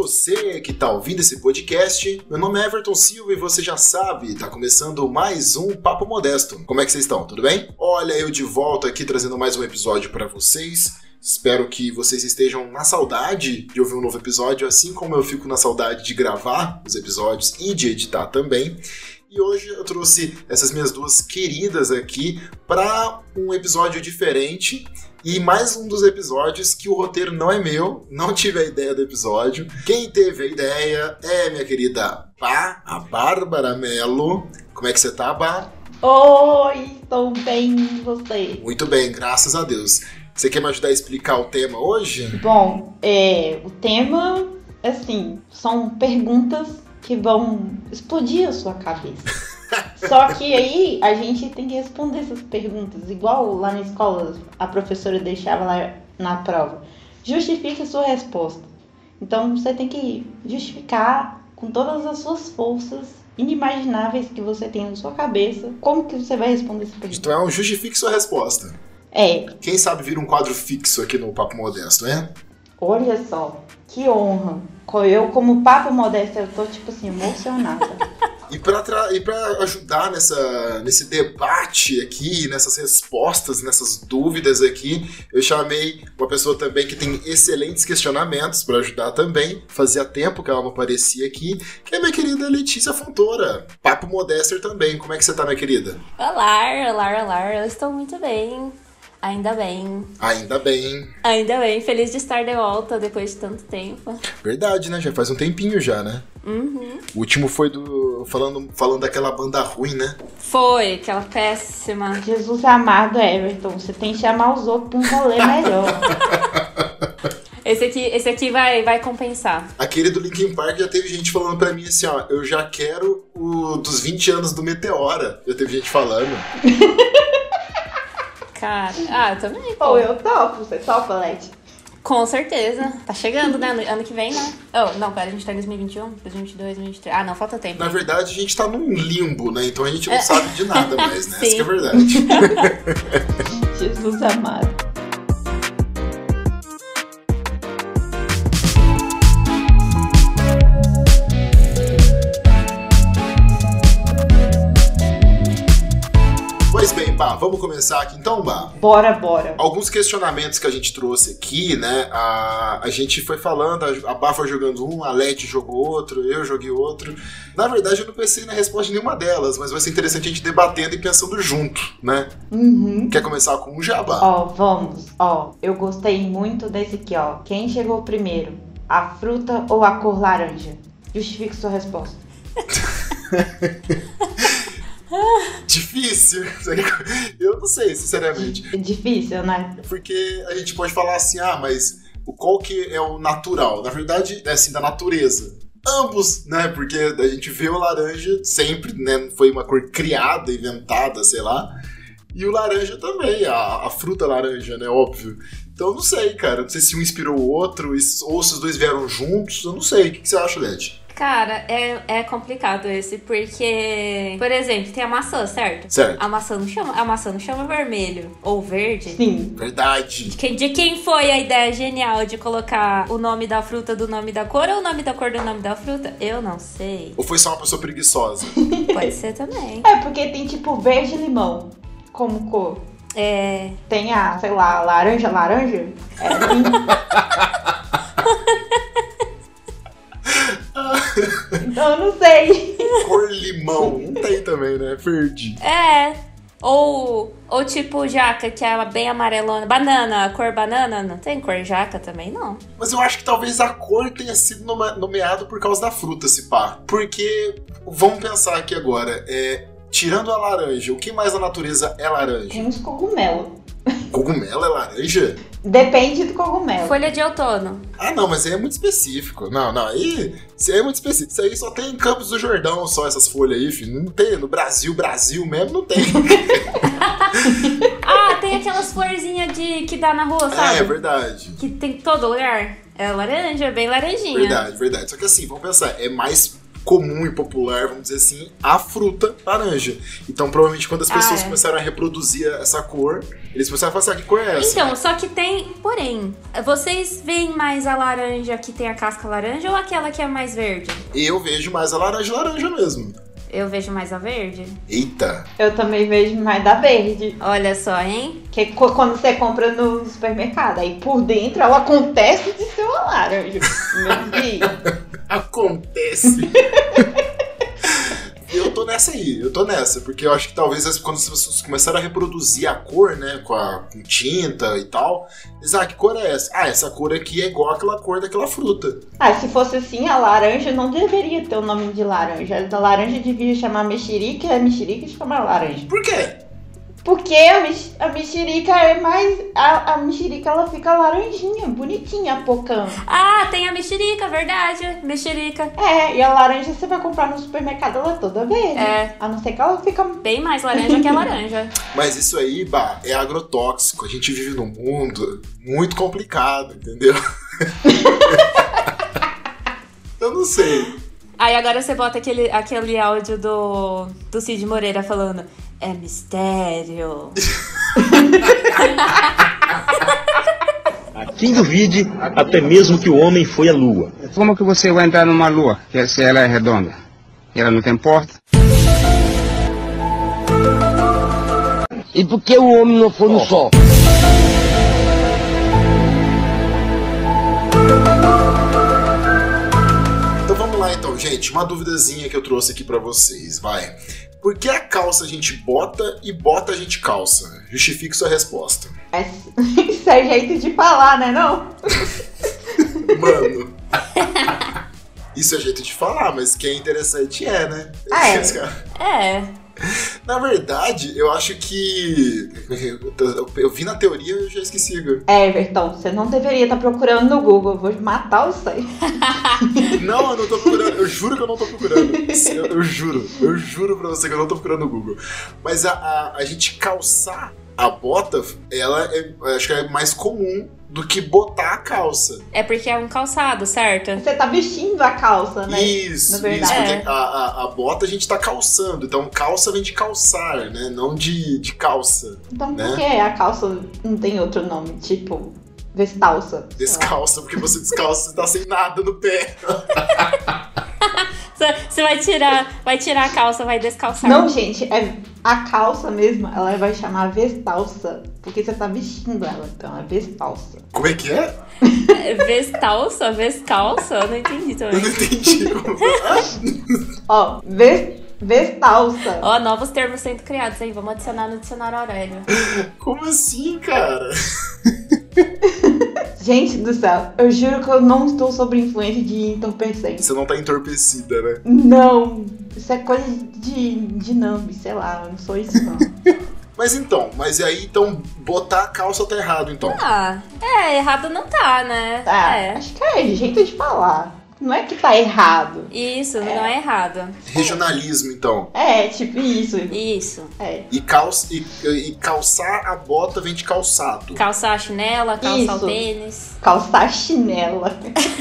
você que está ouvindo esse podcast. Meu nome é Everton Silva e você já sabe, está começando mais um Papo Modesto. Como é que vocês estão? Tudo bem? Olha, eu de volta aqui trazendo mais um episódio para vocês. Espero que vocês estejam na saudade de ouvir um novo episódio, assim como eu fico na saudade de gravar os episódios e de editar também. E hoje eu trouxe essas minhas duas queridas aqui para um episódio diferente. E mais um dos episódios que o roteiro não é meu, não tive a ideia do episódio. Quem teve a ideia é minha querida Bá, a Bárbara Mello. Como é que você tá, Bá? Oi, estou bem, e você? Muito bem, graças a Deus. Você quer me ajudar a explicar o tema hoje? Bom, o tema, assim, são perguntas que vão explodir a sua cabeça. Só que aí a gente tem que responder essas perguntas, igual lá na escola a professora deixava lá na prova. Justifique a sua resposta. Então você tem que justificar com todas as suas forças inimagináveis que você tem na sua cabeça como que você vai responder essa pergunta. Então é um justifique sua resposta. É. Quem sabe vira um quadro fixo aqui no Papo Modesto, né? Olha só, que honra. Eu, como Papo Modesto, eu tô, tipo assim, emocionada. E pra ajudar nesse debate aqui, nessas respostas, nessas dúvidas aqui, eu chamei uma pessoa também que tem excelentes questionamentos pra ajudar também. Fazia tempo que ela não aparecia aqui, que é minha querida Letícia Fontoura. Papo Modester também. Como é que você tá, minha querida? Olá, eu estou muito bem. Ainda bem, feliz de estar de volta depois de tanto tempo. Verdade, né? Já faz um tempinho já, né? Uhum. O último foi falando daquela banda ruim, né? Foi, aquela péssima. Jesus amado, Everton, você tem que chamar os outros pra um rolê melhor. Esse aqui vai compensar. Aquele do Linkin Park já teve gente falando pra mim assim, ó, eu já quero o dos 20 anos do Meteora. Já teve gente falando. Cara, eu também. Pô, eu topo. Você topa, Leti? Com certeza. Tá chegando, né? Ano que vem, né? Não, pera, a gente tá em 2021, 2022, 2023. Ah, não, falta tempo. Na verdade, a gente tá num limbo, né? Então a gente não sabe de nada mais, né? Sim. Essa que é a verdade. Jesus amado. Pois bem, Bá, vamos começar aqui então, Bá? Bora. Alguns questionamentos que a gente trouxe aqui, né? A gente foi falando, a Bá foi jogando um, a Leti jogou outro, eu joguei outro. Na verdade, eu não pensei na resposta de nenhuma delas, mas vai ser interessante a gente debatendo e pensando junto, né? Uhum. Quer começar com um jabá? Vamos. Eu gostei muito desse aqui, ó. Quem chegou primeiro? A fruta ou a cor laranja? Justifique sua resposta. Difícil. Eu não sei, sinceramente. É difícil, né? Porque a gente pode falar assim, mas qual que é o natural? Na verdade, é assim, da natureza. Ambos, né? Porque a gente vê o laranja sempre, né? Foi uma cor criada, inventada, sei lá. E o laranja também, a fruta laranja, né? Óbvio. Então eu não sei, cara. Não sei se um inspirou o outro, ou se os dois vieram juntos. Eu não sei. O que você acha, Leti? Cara, é complicado esse, porque, por exemplo, tem a maçã, certo? Certo. A maçã não chama vermelho ou verde. Sim. Verdade. De quem foi a ideia genial de colocar o nome da fruta do nome da cor ou o nome da cor do nome da fruta? Eu não sei. Ou foi só uma pessoa preguiçosa? Pode ser também. É, porque tem tipo verde e limão como cor. Tem a, sei lá, laranja. Então eu não sei. Cor limão. Não tem também, né? Verde. Ou tipo jaca, que é bem amarelona. Banana, cor banana. Não tem cor jaca também, não. Mas eu acho que talvez a cor tenha sido nomeado por causa da fruta, se pá. Porque, vamos pensar aqui agora, tirando a laranja, o que mais na natureza é laranja? Tem uns cogumelos. Cogumelo é laranja? Depende do cogumelo. Folha de outono. Ah, não, mas aí é muito específico. Não, isso aí é muito específico. Isso aí só tem em Campos do Jordão, só essas folhas aí, filho. Não tem, no Brasil mesmo, não tem. Tem aquelas florzinhas que dá na rua, sabe? É verdade. Que tem em todo lugar. É laranja, bem laranjinha. Verdade. Só que assim, vamos pensar, é mais comum e popular, vamos dizer assim, a fruta laranja. Então, provavelmente, quando as pessoas começaram a reproduzir essa cor, eles começaram a falar assim, que cor é essa? Então, só que tem... Porém, vocês veem mais a laranja que tem a casca laranja ou aquela que é mais verde? Eu vejo mais a laranja mesmo. Eu vejo mais a verde. Eita! Eu também vejo mais da verde. Olha só, hein? Que é quando você compra no supermercado. Aí por dentro ela acontece de ser uma laranja. Meu Deus. Acontece. Eu tô nessa, porque eu acho que talvez quando as pessoas começaram a reproduzir a cor, né, com tinta e tal, eles, que cor é essa? Essa cor aqui é igual àquela cor daquela fruta. Se fosse assim, a laranja não deveria ter o nome de laranja. A laranja devia chamar mexerica, a mexerica chama laranja. Por quê? Porque a mexerica é mais... A mexerica, ela fica laranjinha, bonitinha, pocã. Tem a mexerica, verdade. Mexerica. E a laranja você vai comprar no supermercado, ela é toda verde. A não ser que ela fica... Bem mais laranja que a laranja. Mas isso aí, é agrotóxico. A gente vive num mundo muito complicado, entendeu? Eu não sei. Aí agora você bota aquele áudio do Cid Moreira falando... É mistério. Quem duvide até mesmo que o homem foi à lua. Como que você vai entrar numa lua, se ela é redonda? Ela não tem porta? E por que o homem não foi no sol? Então vamos lá então, gente. Uma duvidazinha que eu trouxe aqui pra vocês, vai. Por que a calça a gente bota e bota a gente calça? Justifique sua resposta. Isso é jeito de falar, né não? Mano. Isso é jeito de falar, mas que é interessante né? Na verdade, eu acho que... Eu vi na teoria e eu já esqueci. Everton, você não deveria estar procurando no Google. Eu vou matar você. Não, eu não tô procurando. Eu juro que eu não tô procurando. Eu juro pra você que eu não tô procurando no Google. Mas a gente calçar a bota, acho que é mais comum do que botar a calça. É porque é um calçado, certo? Você tá vestindo a calça, né? Isso, porque a bota a gente tá calçando. Então calça vem de calçar, né? Não de calça. Então por que a calça não tem outro nome? Tipo, descalça? Descalça, porque você descalça, você tá sem nada no pé. Você vai tirar a calça, vai descalçar. Não, gente, a calça mesmo, ela vai chamar vestalça, porque você tá vestindo ela, então é vestalça. Como é que é? Vestalça? Vescalça? Eu não entendi também. Eu não entendi. Ó, vestalça. Ó, novos termos sendo criados aí, vamos adicionar no dicionário Aurélio. Como assim, cara? Gente do céu, eu juro que eu não estou sob influência de entorpecente. Você não tá entorpecida, né? Não, isso é coisa de Nambi, sei lá, eu não sou isso não. Mas aí, então, botar a calça tá errado, então. Errado não tá, né? Acho que é jeito de falar. Não é que tá errado. Isso, não é errado. Regionalismo, então. Tipo isso. Isso. E calçar a bota vem de calçado. Calçar a chinela, calçar o tênis. Calçar a chinela.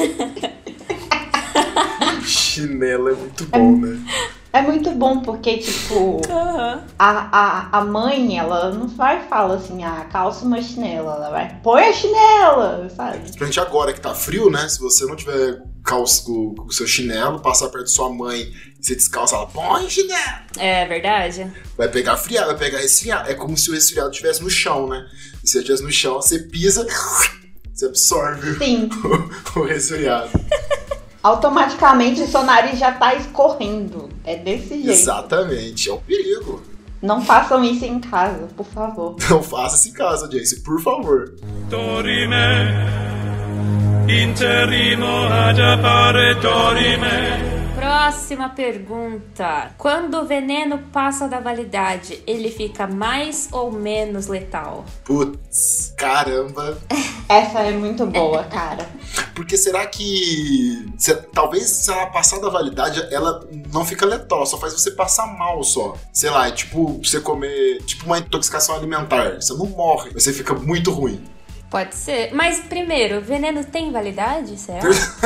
Chinela é muito bom, né? É muito bom porque, tipo, a mãe, ela não vai falar assim, calça uma chinela. Ela vai, põe a chinela, sabe? Principalmente agora que tá frio, né? Se você não tiver calça com o seu chinelo, passar perto de sua mãe e você descalça, ela põe chinelo. É verdade. Vai pegar friado, vai pegar resfriado. É como se o resfriado estivesse no chão, né? E se ele estivesse no chão, você pisa, você absorve o resfriado. Automaticamente o seu nariz já tá escorrendo. É desse jeito. Exatamente, é um perigo. Não façam isso em casa, por favor. Não faça isso em casa, Jace, por favor. Dorime, interrimo ad appare dorime. Próxima pergunta. Quando o veneno passa da validade, ele fica mais ou menos letal? Putz, caramba. Essa é muito boa, cara. Porque será que... talvez se ela passar da validade, ela não fica letal, só faz você passar mal só. Sei lá, é tipo você comer... Tipo uma intoxicação alimentar. Você não morre, mas você fica muito ruim. Pode ser. Mas, primeiro, veneno tem validade, será?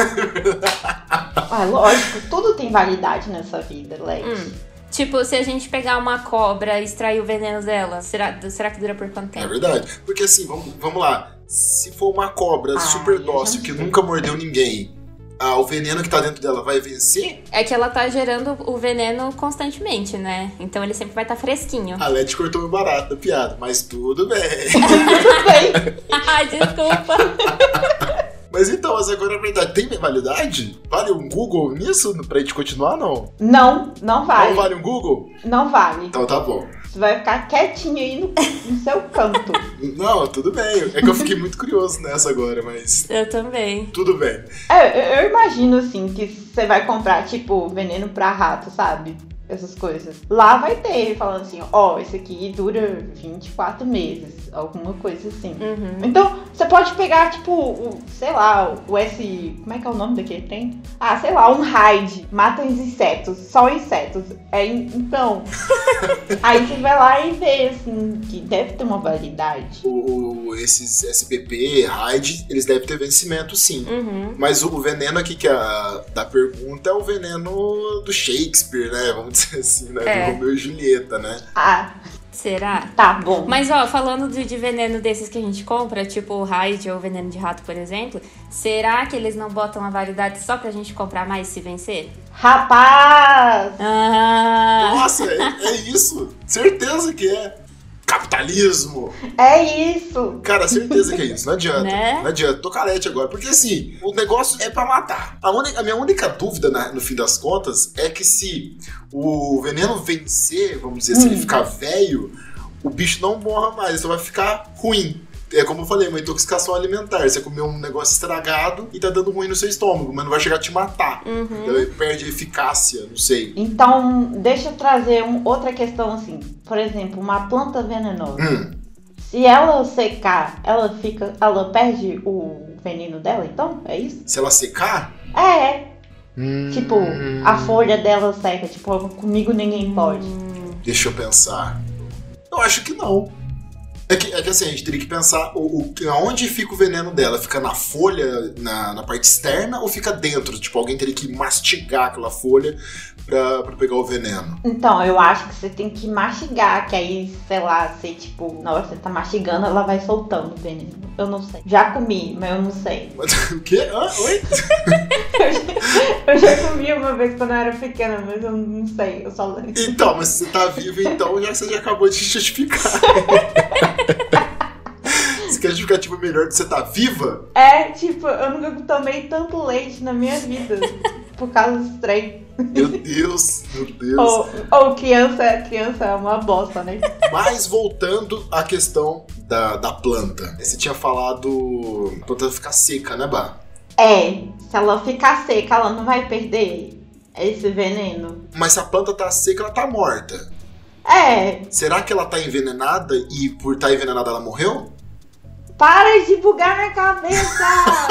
Lógico, tudo tem validade nessa vida, Leite. Tipo, se a gente pegar uma cobra e extrair o veneno dela, será que dura por quanto tempo? É verdade. Porque assim, vamos lá. Se for uma cobra super dócil que nunca mordeu ninguém, o veneno que tá dentro dela vai vencer? É que ela tá gerando o veneno constantemente, né? Então ele sempre vai estar fresquinho. A Leti cortou meu barato da piada, mas tudo bem. Ai, desculpa. Mas então, agora é verdade, tem validade? Vale um Google nisso pra gente continuar, não? Não vale. Não vale um Google? Não vale. Então tá bom. Você vai ficar quietinho aí no seu canto. Não, tudo bem. É que eu fiquei muito curioso nessa agora, mas... Eu também. Tudo bem. Eu imagino, assim, que você vai comprar, tipo, veneno pra rato, sabe? Essas coisas. Lá vai ter, falando assim, esse aqui dura 24 meses. Alguma coisa assim. Então, você pode pegar, tipo, sei lá, como é que é o nome daquele trem? Sei lá, um raid. Mata os insetos, só insetos. Então, aí você vai lá e vê, assim, que deve ter uma validade. Esses SBP, raid, eles devem ter vencimento, sim. Mas o veneno aqui da pergunta é o veneno do Shakespeare, né? Vamos dizer assim, né? Do Romeu e Julieta, né? Será? Tá bom. Mas, falando de veneno desses que a gente compra, tipo o raid ou veneno de rato, por exemplo, será que eles não botam a validade só pra gente comprar mais e se vencer? Rapaz! Nossa, é isso. Certeza que é. Capitalismo! É isso! Cara, certeza que é isso. Não adianta. Né? Não adianta. Tô carete agora. Porque assim, o negócio é pra matar. A minha única dúvida, no fim das contas, é que se o veneno vencer, vamos dizer, se ele ficar velho, o bicho não morra mais. Então vai ficar ruim. É como eu falei, uma intoxicação alimentar. Você comeu um negócio estragado e tá dando ruim no seu estômago, mas não vai chegar a te matar. Então ele perde a eficácia, não sei. Então, deixa eu trazer outra questão assim. Por exemplo, uma planta venenosa. Se ela secar, ela perde o veneno dela, então? É isso? Se ela secar? Tipo, a folha dela seca. Tipo, comigo ninguém pode. Deixa eu pensar. Eu acho que não. É que assim, a gente teria que pensar aonde fica o veneno dela. Fica na folha, na parte externa, ou fica dentro? Tipo, alguém teria que mastigar aquela folha pra pegar o veneno. Então, eu acho que você tem que mastigar, que aí, sei lá, tipo, na hora que você tá mastigando, ela vai soltando o veneno. Eu não sei. Já comi, mas eu não sei. Mas o quê? Oi? Eu já comi uma vez quando eu era pequena, mas eu não sei, eu só lembro. Então, mas se você tá vivo, então você já acabou de justificar. Você quer justificativa melhor de você tá viva? Tipo, eu nunca tomei tanto leite na minha vida. Por causa dos trem. Meu Deus. Ou criança é uma bosta, né? Mas voltando à questão da planta. Você tinha falado a planta ficar seca, né, Bá? Se ela ficar seca, ela não vai perder esse veneno. Mas se a planta tá seca, ela tá morta. Será que ela tá envenenada e por estar envenenada ela morreu? Para de bugar minha cabeça!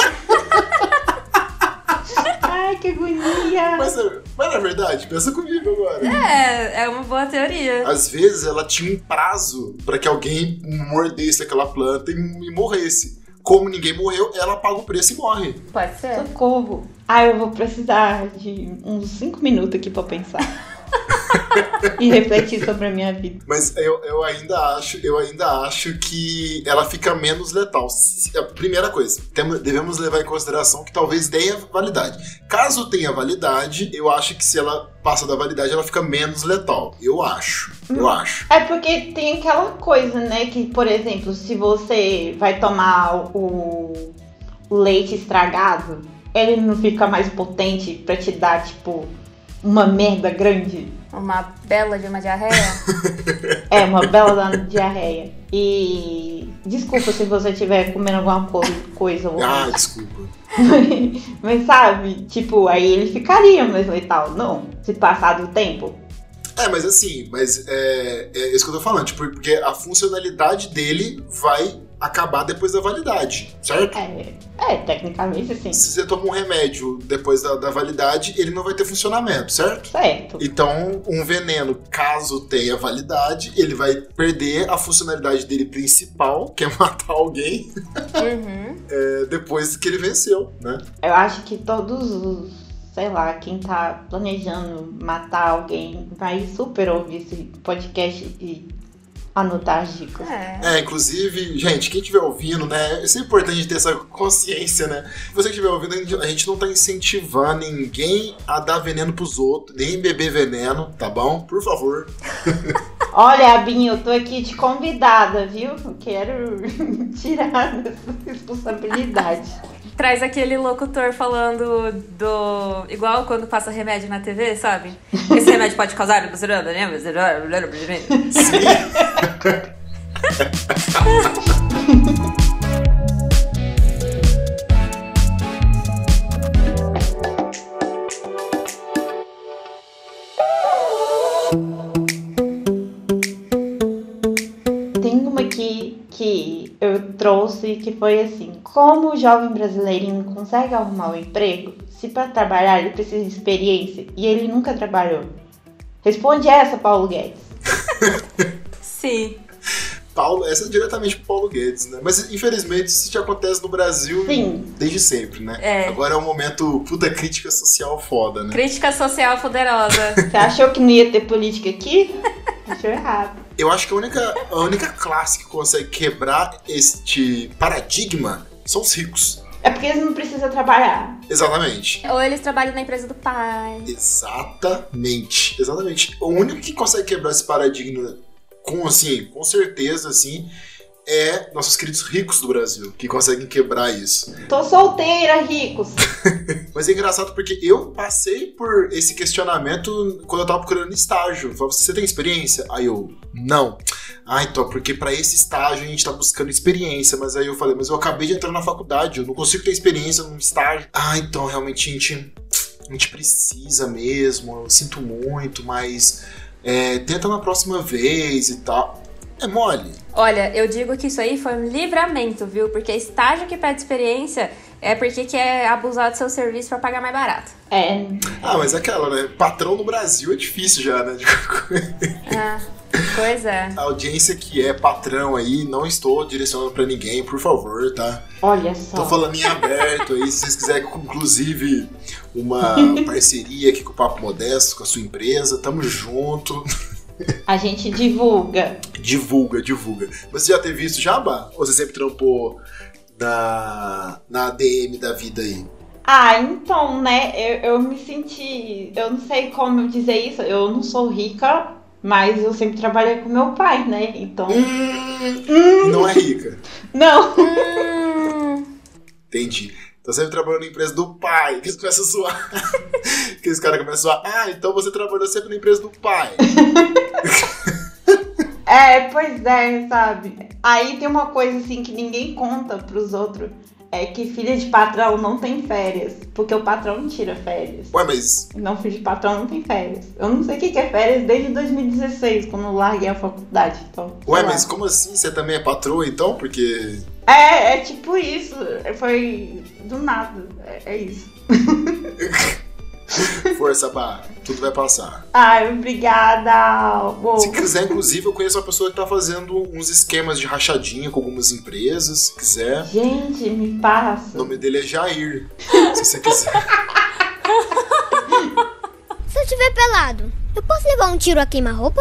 Ai, que agonia! Mas na verdade, pensa comigo agora. É uma boa teoria. Às vezes ela tinha um prazo pra que alguém mordesse aquela planta e morresse. Como ninguém morreu, ela paga o preço e morre. Pode ser. Socorro! Eu vou precisar de uns 5 minutos aqui pra pensar. E refletir sobre a minha vida. Mas eu ainda acho que ela fica menos letal. A primeira coisa, devemos levar em consideração que talvez tenha validade. Caso tenha validade, eu acho que se ela passa da validade, ela fica menos letal. Eu acho. É porque tem aquela coisa, né? Que, por exemplo, se você vai tomar o leite estragado, ele não fica mais potente pra te dar, tipo, uma merda grande. Uma bela de uma diarreia? Uma bela da diarreia. E desculpa se você estiver comendo alguma coisa. Desculpa. Mas sabe, tipo, aí ele ficaria mais letal, não? Se passar do tempo. Mas assim, é isso que eu tô falando, tipo, porque a funcionalidade dele vai acabar depois da validade, certo? Tecnicamente sim. Se você toma um remédio depois da validade, ele não vai ter funcionamento, certo? Certo. Então, um veneno, caso tenha validade, ele vai perder a funcionalidade dele principal, que é matar alguém, depois que ele venceu, né? Eu acho que todos os, sei lá, quem tá planejando matar alguém vai super ouvir esse podcast e anotar as dicas. Inclusive, gente, quem estiver ouvindo, né, é sempre importante ter essa consciência, né? Se você estiver ouvindo, a gente não tá incentivando ninguém a dar veneno pros outros, nem beber veneno, tá bom? Por favor. Olha, Abinho, eu tô aqui de convidada, viu? Eu quero tirar essa responsabilidade. Traz aquele locutor falando do... Igual quando passa remédio na TV, sabe? Esse remédio pode causar... Sim. Tem uma aqui que eu trouxe que foi assim: como o jovem brasileirinho consegue arrumar um emprego se para trabalhar ele precisa de experiência e ele nunca trabalhou? Responde essa, Paulo Guedes. Sim. Essa é diretamente pro Paulo Guedes, né? Mas infelizmente isso já acontece no Brasil desde sempre, né? Agora é um momento puta crítica social foda, né? Crítica social poderosa. Você achou que não ia ter política aqui? Achou errado. Eu acho que a única classe que consegue quebrar este paradigma são os ricos. É porque eles não precisam trabalhar. Exatamente. Ou eles trabalham na empresa do pai. Exatamente. O único que consegue quebrar esse paradigma com certeza, é nossos queridos ricos do Brasil, que conseguem quebrar isso. Tô solteira, ricos. Mas é engraçado porque eu passei por esse questionamento quando eu tava procurando estágio. Eu falava, você tem experiência? Aí eu, não. Então, porque pra esse estágio a gente tá buscando experiência. Mas aí eu falei, mas eu acabei de entrar na faculdade, eu não consigo ter experiência num estágio. Então realmente a gente precisa mesmo, eu sinto muito, mas tenta na próxima vez e tal. É mole. Olha, eu digo que isso aí foi um livramento, viu? Porque estágio que pede experiência é porque quer abusar do seu serviço pra pagar mais barato. Mas aquela, né? Patrão no Brasil é difícil já, né? Pois é. A audiência que é patrão aí, não estou direcionando pra ninguém, por favor, tá? Olha só. Tô falando em aberto aí, se vocês quiserem, inclusive, uma parceria aqui com o Papo Modesto, com a sua empresa, tamo junto. A gente divulga. Divulga. Mas você já teve isso já, Bá? Ou você sempre trampou na ADM da vida aí? Então, né, eu me senti... Eu não sei como dizer isso. Eu não sou rica, mas eu sempre trabalhei com meu pai, né? Então... Não é rica? Não. Entendi. Então você trabalhou na empresa do pai, que eles começam a zoar. Que esse cara começa a zoar. Então você trabalhou sempre na empresa do pai. Pois é, sabe? Aí tem uma coisa assim que ninguém conta pros outros. É que filha de patrão não tem férias. Porque o patrão não tira férias. Ué, mas... Não, filho de patrão não tem férias. Eu não sei o que é férias desde 2016, quando eu larguei a faculdade. Então, ué, mas como assim? Você também é patroa, então? Porque... É tipo isso. Foi do nada. É isso. Força, Bá. Tudo vai passar. Obrigada. Uou. Se quiser, inclusive, eu conheço uma pessoa que tá fazendo uns esquemas de rachadinha com algumas empresas. Se quiser. Gente, me passa. O nome dele é Jair. Se você quiser. Se eu estiver pelado, eu posso levar um tiro a queima-roupa?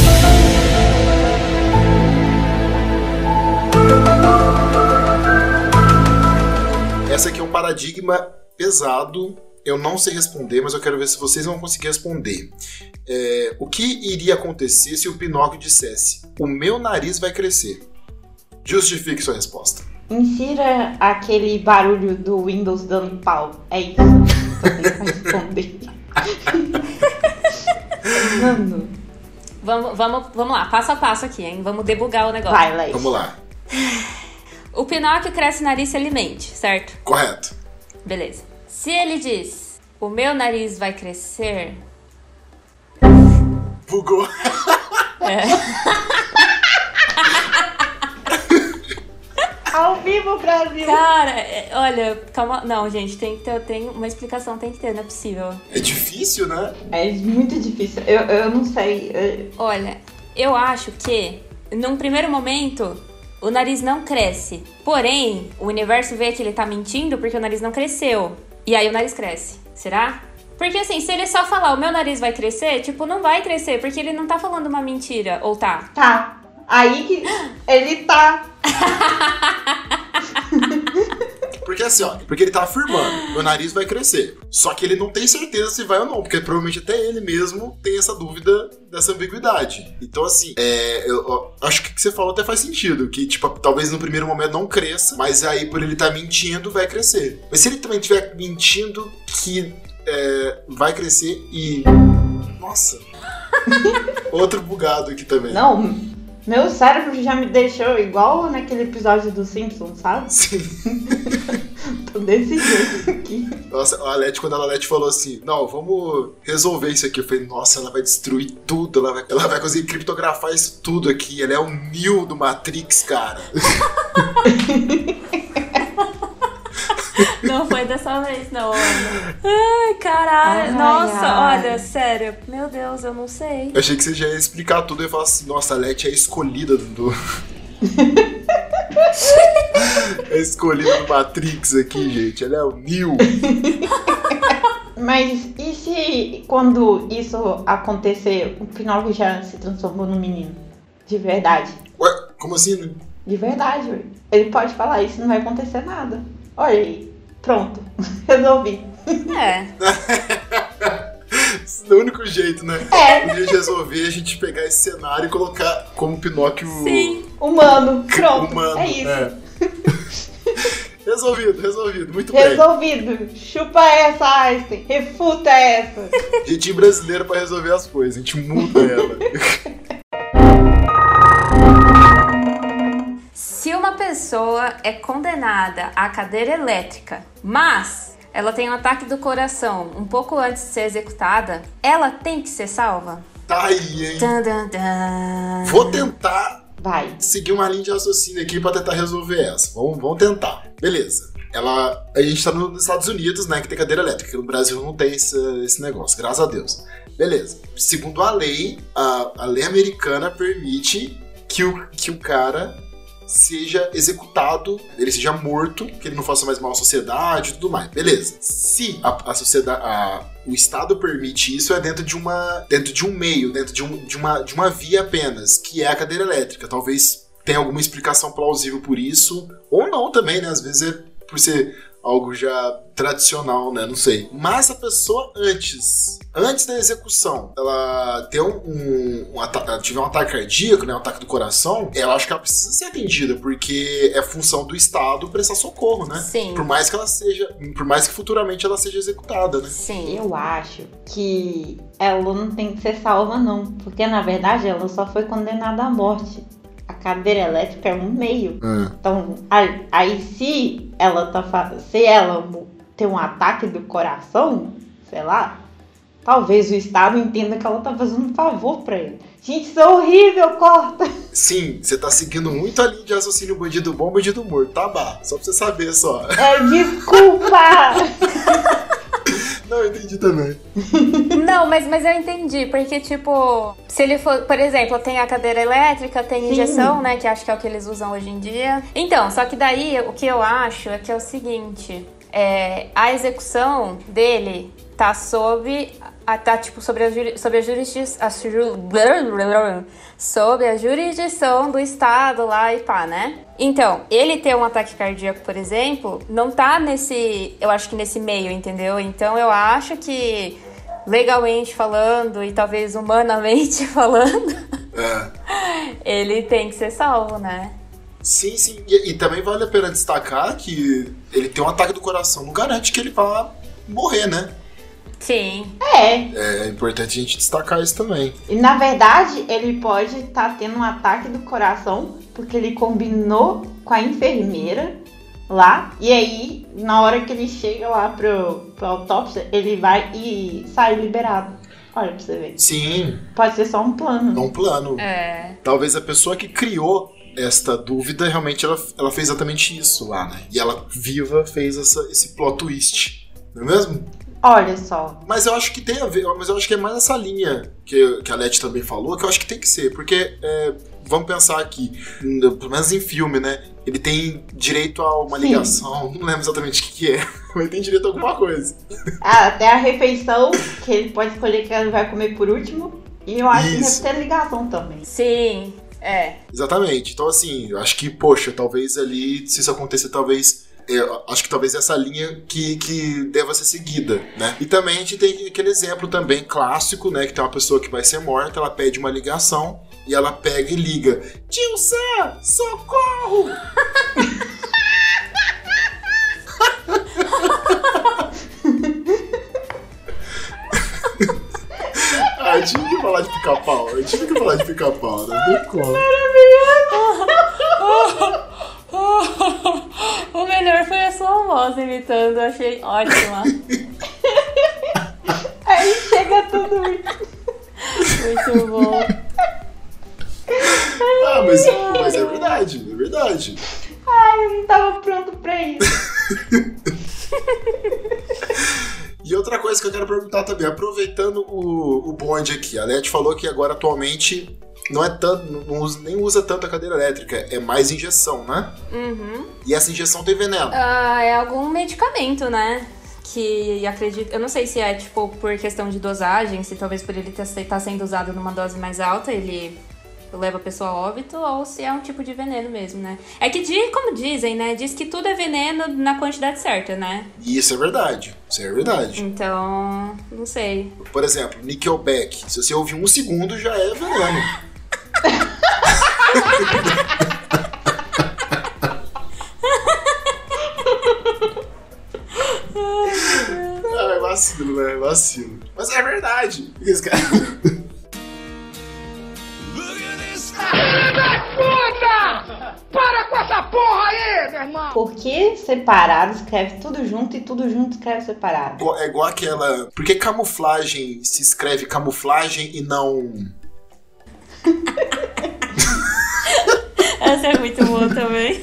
Essa aqui é um paradigma pesado. Eu não sei responder, mas eu quero ver se vocês vão conseguir responder. O que iria acontecer se o Pinóquio dissesse: o meu nariz vai crescer? Justifique sua resposta. Insira aquele barulho do Windows dando pau. É isso. Pra responder. Mano. Vamos lá, passo a passo aqui, hein? Vamos debugar o negócio. Vai, Leite. Vamos lá. O Pinóquio cresce o nariz se alimente, certo? Correto. Beleza. Se ele diz, o meu nariz vai crescer... Bugou. Ao vivo, Brasil! Cara, olha, calma. Não, gente, tem uma explicação, tem que ter, não é possível. É difícil, né? É muito difícil. Eu não sei. Olha, eu acho que, num primeiro momento, o nariz não cresce. Porém, o universo vê que ele tá mentindo porque o nariz não cresceu. E aí o nariz cresce. Será? Porque assim, se ele só falar o meu nariz vai crescer, tipo, não vai crescer, porque ele não tá falando uma mentira, ou tá? Tá. Aí que ele tá. Porque assim, ó, porque ele tá afirmando, meu nariz vai crescer. Só que ele não tem certeza se vai ou não, porque provavelmente até ele mesmo tem essa dúvida dessa ambiguidade. Então assim, eu acho que o que você falou até faz sentido, que tipo, talvez no primeiro momento não cresça, mas aí por ele estar mentindo, vai crescer. Mas se ele também estiver mentindo que vai crescer e... Nossa! Outro bugado aqui também. Não, meu cérebro já me deixou igual naquele episódio do Simpsons, sabe? Sim. Tô desse jeito aqui. Nossa, quando a Leti falou assim, não, vamos resolver isso aqui, eu falei, nossa, ela vai destruir tudo, ela vai conseguir criptografar isso tudo aqui, ela é o Neo do Matrix, cara. Não foi dessa vez, não. Ai, caralho. Nossa, olha, sério. Meu Deus, eu não sei. Eu achei que você já ia explicar tudo e ia falar assim, nossa, a Leti é a escolhida do... É a escolhida do Matrix aqui, gente. Ela é o Neo. Mas e se quando isso acontecer, o Pinóquio já se transformou no menino? De verdade. Ué, como assim? De verdade, ué. Ele pode falar isso, não vai acontecer nada. Olha aí, pronto, resolvi. Esse é o único jeito, né? O jeito de resolver a gente pegar esse cenário e colocar como Pinóquio... Sim, humano, pronto, humano, é isso. Resolvido, muito bem. Resolvido, chupa essa, Einstein, refuta essa. Jeitinho brasileiro pra resolver as coisas, a gente muda ela. Se uma pessoa é condenada à cadeira elétrica, mas ela tem um ataque do coração um pouco antes de ser executada, ela tem que ser salva? Tá aí, hein? Dun, dun, dun. Vou tentar Vai. seguir uma linha de raciocínio aqui pra tentar resolver essa. Vamos tentar. Beleza. A gente tá nos Estados Unidos, né, que tem cadeira elétrica. No Brasil não tem esse negócio, graças a Deus. Beleza. Segundo a lei, a lei americana permite que o cara seja executado, ele seja morto, que ele não faça mais mal à sociedade e tudo mais. Beleza. Se a sociedade, o Estado permite isso, é dentro de um meio, dentro de uma via apenas, que é a cadeira elétrica. Talvez tenha alguma explicação plausível por isso, ou não também, né? Às vezes é por ser algo já tradicional, né? Não sei. Mas a pessoa antes da execução, ela tem tiver um ataque cardíaco, né? Um ataque do coração, eu acho que ela precisa ser atendida, porque é função do Estado prestar socorro, né? Sim. Por mais que futuramente ela seja executada, né? Sim. Eu acho que ela não tem que ser salva, não. Porque, na verdade, ela só foi condenada à morte. A cadeira elétrica é um meio. Então, aí se ela tem um ataque do coração, sei lá, talvez o Estado entenda que ela tá fazendo um favor pra ele. Gente, isso é horrível, corta! Sim, você tá seguindo muito a linha de raciocínio bandido bom, bandido morto, tá, Bah? Só pra você saber, só. Desculpa! Não, eu entendi também. Não, mas eu entendi, porque, tipo, se ele for, por exemplo, tem a cadeira elétrica, tem injeção, né, que acho que é o que eles usam hoje em dia. Então, só que daí, o que eu acho é que é o seguinte, a execução dele tá sob a jurisdição do Estado lá e pá, né? Então, ele ter um ataque cardíaco, por exemplo, não tá eu acho que nesse meio, entendeu? Então eu acho que, legalmente falando e talvez humanamente falando, ele tem que ser salvo, né? Sim. E também vale a pena destacar que ele tem um ataque do coração, não garante que ele vá morrer, né? Sim. É importante a gente destacar isso também. E na verdade, ele pode estar tendo um ataque do coração porque ele combinou com a enfermeira lá. E aí, na hora que ele chega lá pro autópsia, ele vai e sai liberado. Olha pra você ver. Sim. Pode ser só um plano. É um plano. É. Talvez a pessoa que criou esta dúvida, realmente ela fez exatamente isso lá, né? E ela, viva, fez esse plot twist, não é mesmo? Olha só. Mas eu acho que tem a ver, mas eu acho que é mais essa linha que a Leti também falou, que eu acho que tem que ser, porque vamos pensar aqui, pelo menos em filme, né? Ele tem direito a uma ligação, não lembro exatamente o que é, mas ele tem direito a alguma coisa. Até a refeição, que ele pode escolher que ele vai comer por último, e eu acho que deve ter ligação também. Sim, Exatamente, então assim, eu acho que, poxa, talvez ali, se isso acontecer, talvez... acho que talvez essa linha que deva ser seguida, né? E também a gente tem aquele exemplo também clássico, né? Que tem uma pessoa que vai ser morta, ela pede uma ligação e ela pega e liga: Tio Sam, socorro! Eu tive que falar de pica-pau, né? Não tem como. O melhor foi a sua voz imitando, achei ótima. Aí chega tudo muito bom. Mas é verdade. Ai, eu não tava pronto pra isso. E outra coisa que eu quero perguntar também, aproveitando o bonde aqui, a Leti falou que agora atualmente não é tanto, nem usa tanto a cadeira elétrica, é mais injeção, né? Uhum. E essa injeção tem veneno? É algum medicamento, né? Que acredito, eu não sei se é tipo por questão de dosagem, se talvez por ele estar sendo usado numa dose mais alta, ele leva a pessoa a óbito, ou se é um tipo de veneno mesmo, né? É que, como dizem, né? Diz que tudo é veneno na quantidade certa, né? Isso é verdade. Então, não sei. Por exemplo, Nickelback. Se você ouvir 1 segundo, já é veneno. É vacilo, né? Vacilo. Mas é verdade. Esse cara... Para com essa porra aí, meu irmão! Por que separado escreve tudo junto e tudo junto escreve separado? É igual aquela... Por que camuflagem se escreve camuflagem e não... Essa é muito boa também.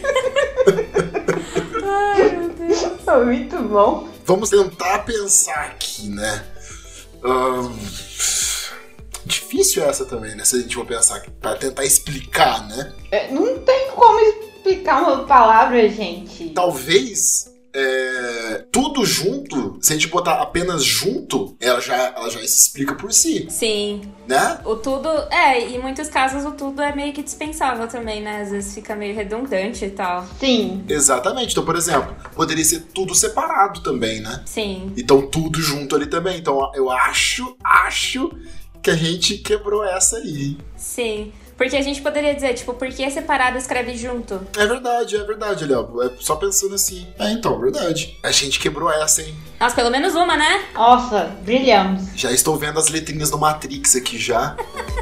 Ai, meu Deus. É muito bom. Vamos tentar pensar aqui, né? Difícil essa também, né? Se a gente for pensar pra tentar explicar, né? Não tem como explicar uma palavra, gente. Talvez tudo junto, se a gente botar apenas junto, ela já se explica por si. Sim. Né? O tudo, em muitos casos o tudo é meio que dispensável também, né? Às vezes fica meio redundante e tal. Sim. Exatamente. Então, por exemplo, poderia ser tudo separado também, né? Sim. Então, tudo junto ali também. Então, eu acho que a gente quebrou essa aí. Sim. Porque a gente poderia dizer, tipo, por que separado escreve junto? É verdade, Léo. Só pensando assim. Então, verdade. A gente quebrou essa, hein? Nossa, pelo menos uma, né? Nossa, brilhamos. Já estou vendo as letrinhas do Matrix aqui já.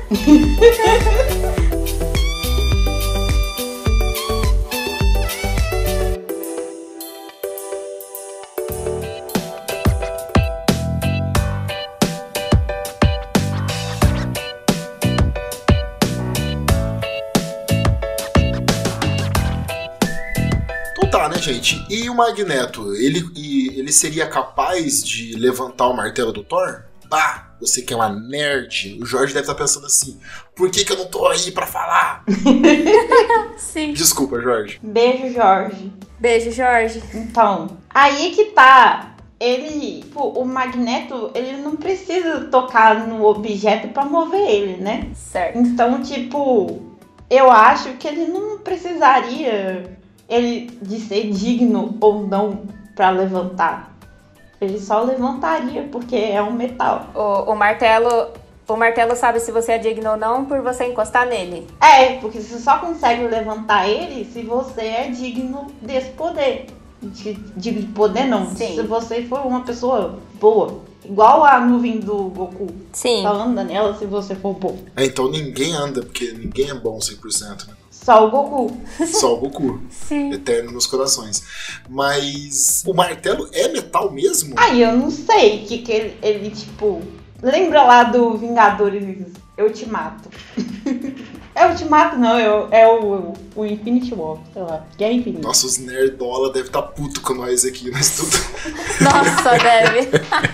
Tá, né, gente? E o Magneto, ele seria capaz de levantar o martelo do Thor? Bah, você que é uma nerd. O Jorge deve estar pensando assim: por que eu não tô aí pra falar? Sim. Desculpa, Jorge. Beijo, Jorge. Beijo, Jorge. Então, aí que tá. O Magneto, ele não precisa tocar no objeto pra mover ele, né? Certo. Então, eu acho que ele não precisaria de ser digno ou não pra levantar. Ele só levantaria porque é um metal. O martelo sabe se você é digno ou não por você encostar nele. Porque você só consegue levantar ele se você é digno desse poder. De poder não. Sim. Se você for uma pessoa boa. Igual a nuvem do Goku. Sim. Só anda nela se você for bom. Então ninguém anda, porque ninguém é bom 100%, né? Só o Goku. Só o Goku. Sim. Eterno nos corações. Mas o martelo é metal mesmo? Eu não sei que ele lembra lá do Vingadores Ultimato. É o Ultimato, não, é o Infinity War, sei lá. Guerra Infinita. Nossa, os nerdola devem estar puto com nós aqui, mas tudo. Nossa, deve.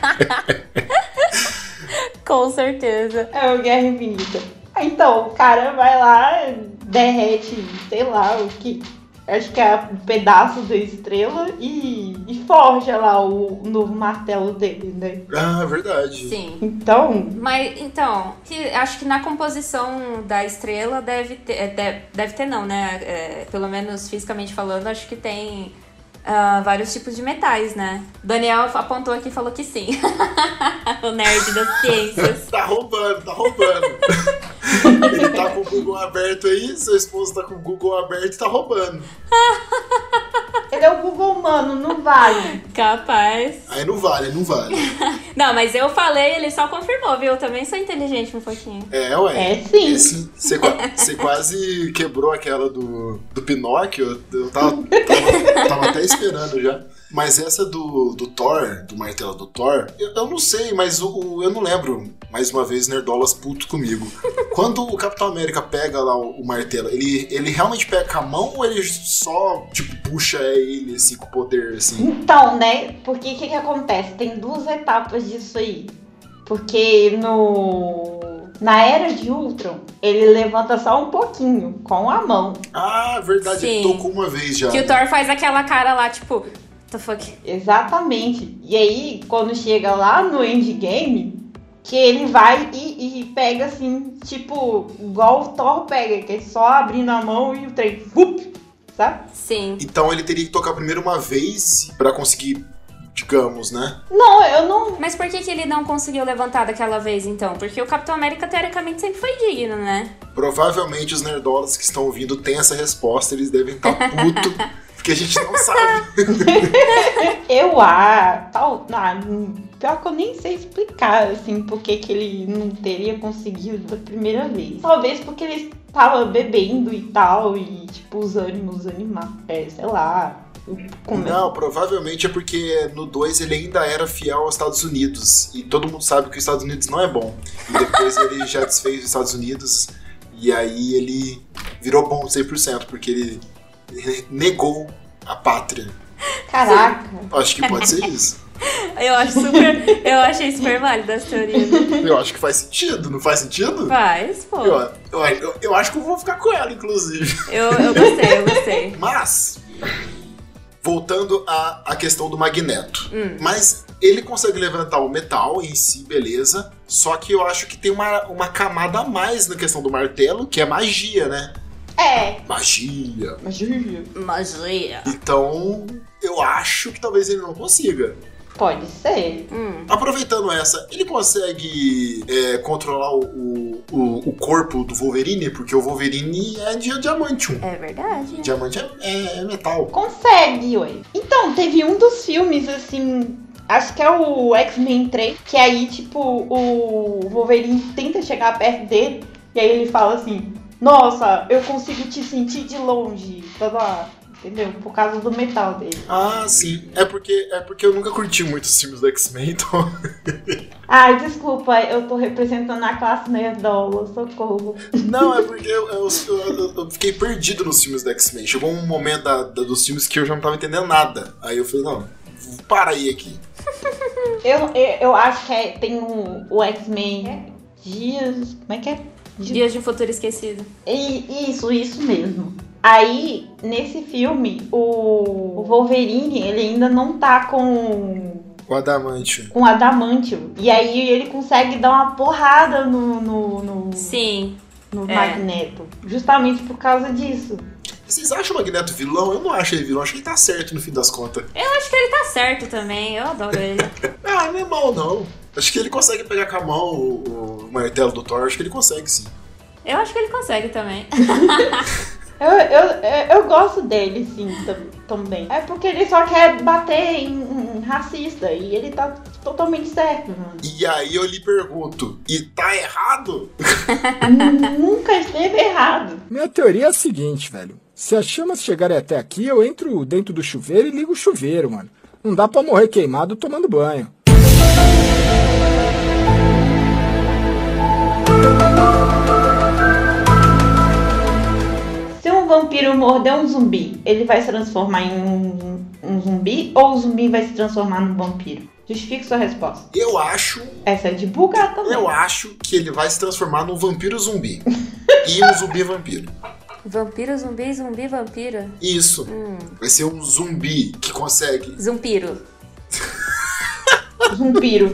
Com certeza. É o Guerra Infinita. Então, o cara vai lá, derrete, sei lá, o que. Acho que é um pedaço da estrela e forja lá o novo martelo dele, né? Ah, verdade. Sim. Então. Mas, então, acho que na composição da estrela deve ter não, né? Pelo menos fisicamente falando, acho que tem vários tipos de metais, né? Daniel apontou aqui e falou que sim. O nerd das ciências. Tá roubando. Ele tá com o Google aberto aí, seu esposo tá com o Google aberto e tá roubando. Ele é o Google humano, não vale. Capaz. Aí não vale. Não, mas eu falei, ele só confirmou, viu? Eu também sou inteligente um pouquinho. Ué. É sim. Você quase quebrou aquela do Pinóquio. Eu tava até esperando já. Mas essa do Thor, do martelo do Thor, eu não sei, mas eu não lembro. Mais uma vez, nerdolas puto comigo. Quando o Capitão América pega lá o martelo, ele realmente pega com a mão ou ele só, tipo, puxa ele, assim, com o poder, assim? Então, né? Porque o que acontece? Tem duas etapas disso aí. Porque na Era de Ultron, ele levanta só um pouquinho, com a mão. Ah, verdade, Sim. ele tocou uma vez já. Que o Thor faz aquela cara lá, tipo... The fuck? Exatamente. E aí, quando chega lá no Endgame, que ele vai e pega assim, tipo, igual o Thor pega, que é só abrindo a mão e o trem, sabe? Sim. Então ele teria que tocar primeiro uma vez pra conseguir, digamos, né? Não, eu não... Mas por que ele não conseguiu levantar daquela vez, então? Porque o Capitão América, teoricamente, sempre foi digno, né? Provavelmente os nerdolas que estão ouvindo têm essa resposta, eles devem estar puto, porque a gente não sabe. Pior que eu nem sei explicar, assim, por que ele não teria conseguido da primeira vez. Talvez porque ele estava bebendo e tal, e, tipo, os ânimos animados, sei lá... Não, provavelmente é porque no 2 ele ainda era fiel aos Estados Unidos, e todo mundo sabe que os Estados Unidos não é bom. E depois ele já desfez os Estados Unidos, e aí ele virou bom 100%, porque ele negou a pátria. Caraca! Acho que pode ser isso. Eu achei super válida essa teoria. Eu acho que faz sentido, não faz sentido? Faz, pô. Eu acho que eu vou ficar com ela, inclusive. Eu gostei. Mas, voltando à questão do Magneto. Mas ele consegue levantar o metal em si, beleza. Só que eu acho que tem uma camada a mais na questão do martelo, que é magia, né? Magia. Então, eu acho que talvez ele não consiga. Pode ser. Aproveitando essa, ele consegue controlar o corpo do Wolverine? Porque o Wolverine é de diamantium. É verdade. Diamante é metal. Consegue, ué. Então, teve um dos filmes, assim... Acho que é o X-Men 3, que aí, tipo, o Wolverine tenta chegar perto dele, e aí ele fala assim... Nossa, eu consigo te sentir de longe. Entendeu? Por causa do metal dele. Ah, sim. É porque eu nunca curti muito os filmes do X-Men, então... Ai, desculpa, eu tô representando a classe nerdola, socorro. Não, é porque eu fiquei perdido nos filmes do X-Men. Chegou um momento dos filmes que eu já não tava entendendo nada. Aí eu falei, não, para aí aqui. Eu acho que tem o X-Men Dias... Como é que é? Dias de um Futuro Esquecido. Isso mesmo. Aí, nesse filme, o Wolverine, ele ainda não tá com O Adamantium. Com o Adamantium. E aí ele consegue dar uma porrada no Sim. No Magneto. Justamente por causa disso. Vocês acham o Magneto vilão? Eu não acho ele vilão, acho que ele tá certo no fim das contas. Eu acho que ele tá certo também, eu adoro ele. Ah, não é mal não. Acho que ele consegue pegar com a mão o martelo do Thor, acho que ele consegue sim. Eu acho que ele consegue também. Eu gosto dele, sim, também. É porque ele só quer bater em racista e ele tá totalmente certo. E aí eu lhe pergunto, e tá errado? Nunca esteve errado. Minha teoria é a seguinte, velho. Se as chamas chegarem até aqui, eu entro dentro do chuveiro e ligo o chuveiro, mano. Não dá pra morrer queimado tomando banho. vampiro morder um zumbi, ele vai se transformar em um zumbi ou o zumbi vai se transformar num vampiro? Justifique sua resposta. Eu acho... Essa é de bugar também. Eu acho que ele vai se transformar num vampiro zumbi. E um zumbi vampiro. Vampiro, zumbi, zumbi, vampiro. Isso. Vai ser um zumbi que consegue... Zumpiro. Zumpiro.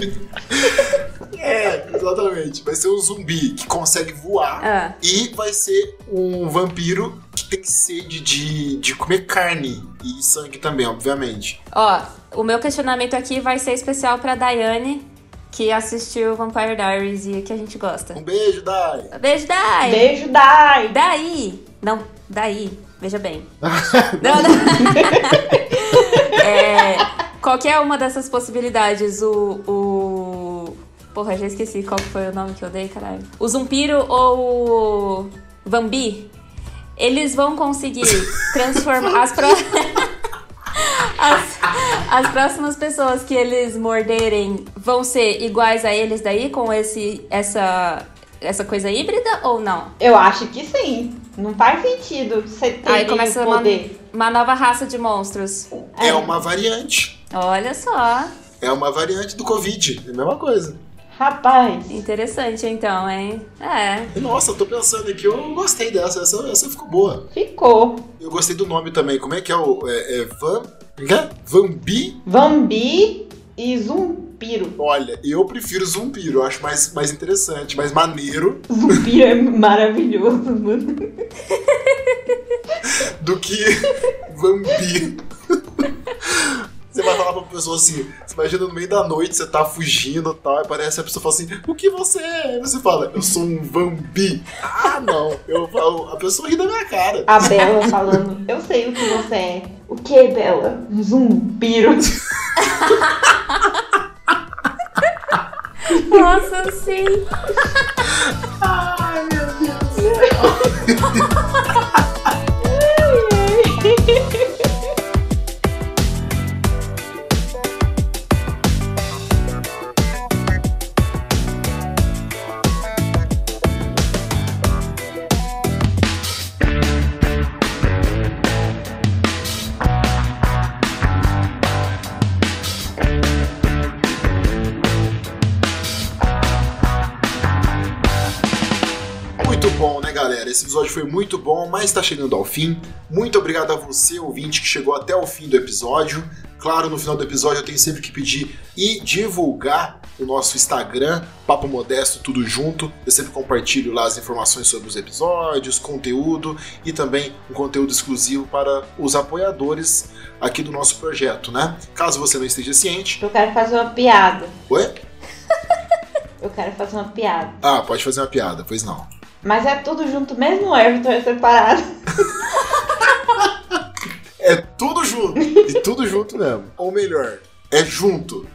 Exatamente. Vai ser um zumbi que consegue voar. E vai ser um vampiro que tem sede de comer carne e sangue também, obviamente. Ó, o meu questionamento aqui vai ser especial pra Daiane, que assistiu Vampire Diaries e que a gente gosta. Um beijo, Dai. Beijo, Dai. Beijo, Dai. Daí. Não, daí. Veja bem. Qualquer uma dessas possibilidades, Porra, já esqueci qual foi o nome que eu dei, caralho. O Zumpiro ou o Vambi, eles vão conseguir transformar as próximas pessoas que eles morderem vão ser iguais a eles daí, com essa coisa híbrida ou não? Eu acho que sim. Não faz sentido você ter aí começa poder. Uma nova raça de monstros. É uma variante. Olha só. É uma variante do Covid. É a mesma coisa. Rapaz. Interessante então, hein? Nossa, eu tô pensando aqui, eu gostei dessa. Essa ficou boa. Ficou. Eu gostei do nome também. Como é que é o... Vambi? Vambi e Zumpiro. Olha, eu prefiro Zumpiro. Eu acho mais interessante, mais maneiro. Zumpiro é maravilhoso, mano. Do que Vambi. Você vai falar pra pessoa assim, você imagina no meio da noite, você tá fugindo e tal, e parece a pessoa fala assim, o que você é? E você fala, eu sou um vambi. Ah, não. Eu falo, a pessoa ri da minha cara. A Bela falando, eu sei o que você é. O que, Bela? Um zumpiro. Nossa, sim. Ai, meu Deus. Muito bom, né, galera? Esse episódio foi muito bom, mas está chegando ao fim. Muito obrigado a você, ouvinte, que chegou até o fim do episódio. Claro, no final do episódio eu tenho sempre que pedir e divulgar o nosso Instagram, Papo Modesto, tudo junto. Eu sempre compartilho lá as informações sobre os episódios, conteúdo e também um conteúdo exclusivo para os apoiadores aqui do nosso projeto, né? Caso você não esteja ciente... Eu quero fazer uma piada. Oi? Eu quero fazer uma piada. Ah, pode fazer uma piada, pois não. Mas é tudo junto mesmo, o Everton é separado? É tudo junto. E tudo junto mesmo. Ou melhor, é junto.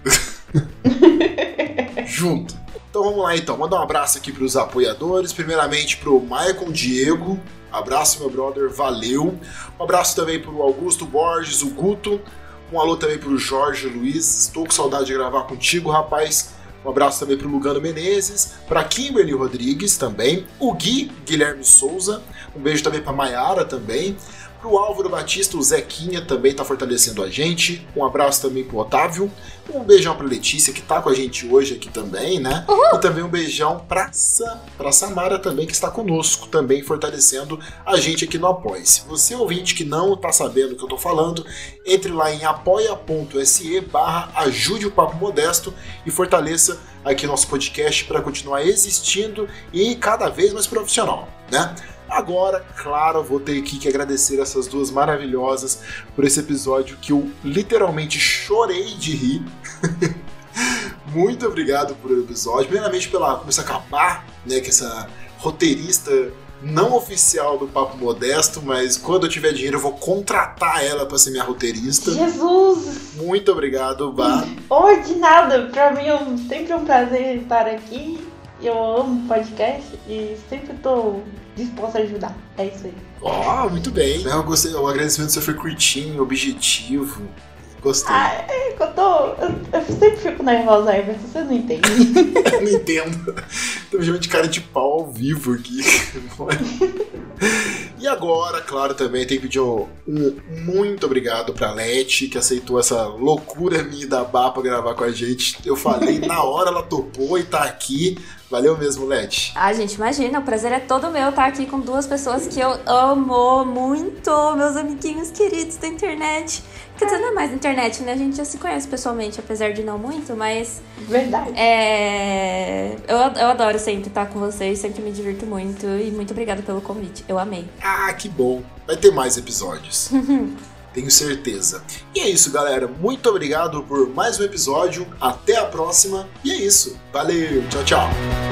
Junto. Então vamos lá então. Mandar um abraço aqui para os apoiadores. Primeiramente para o Maicon Diego. Abraço, meu brother. Valeu. Um abraço também para o Augusto Borges, o Guto. Um alô também para o Jorge Luiz. Estou com saudade de gravar contigo, rapaz. Um abraço também para o Lugano Menezes, para Kimberly Rodrigues também, o Guilherme Souza, um beijo também para Maiara também, para o Álvaro Batista, o Zequinha também está fortalecendo a gente, um abraço também para o Otávio, um beijão para Letícia que está com a gente hoje aqui também, né? Uhum. E também um beijão para Samara também que está conosco, também fortalecendo a gente aqui no Apoia-se. Você ouvinte que não está sabendo o que eu estou falando, entre lá em apoia.se/ajude o Papo Modesto e fortaleça aqui nosso podcast para continuar existindo e cada vez mais profissional, né? Agora, claro, vou ter aqui que agradecer essas duas maravilhosas por esse episódio que eu literalmente chorei de rir. Muito obrigado por o episódio. Primeiramente pela começar a acabar, né, que essa roteirista não oficial do Papo Modesto, mas quando eu tiver dinheiro eu vou contratar ela para ser minha roteirista. Jesus! Muito obrigado, Bá. De nada, pra mim é sempre um prazer estar aqui. Eu amo podcast e sempre tô disposta a ajudar. É isso aí. Muito bem. Eu gostei, o agradecimento seu foi curtinho, objetivo. Gostei. Eu sempre fico nervosa, Everton, você não entende. Eu não entendo. Tô chamando de cara de pau ao vivo aqui. E agora, claro, também tem que pedir um muito obrigado pra Leti, que aceitou essa loucura minha da Bá pra gravar com a gente. Eu falei, na hora ela topou e tá aqui. Valeu mesmo, Leti. Ah, gente, imagina, o prazer é todo meu estar aqui com duas pessoas que eu amo muito, meus amiguinhos queridos da internet. Quer dizer, não é mais da internet, né? A gente já se conhece pessoalmente, apesar de não muito, mas... Verdade. Eu adoro sempre estar com vocês, sempre me divirto muito e muito obrigada pelo convite. Eu amei. Ah, que bom. Vai ter mais episódios. Tenho certeza. E é isso, galera. Muito obrigado por mais um episódio. Até a próxima. E é isso. Valeu. Tchau, tchau.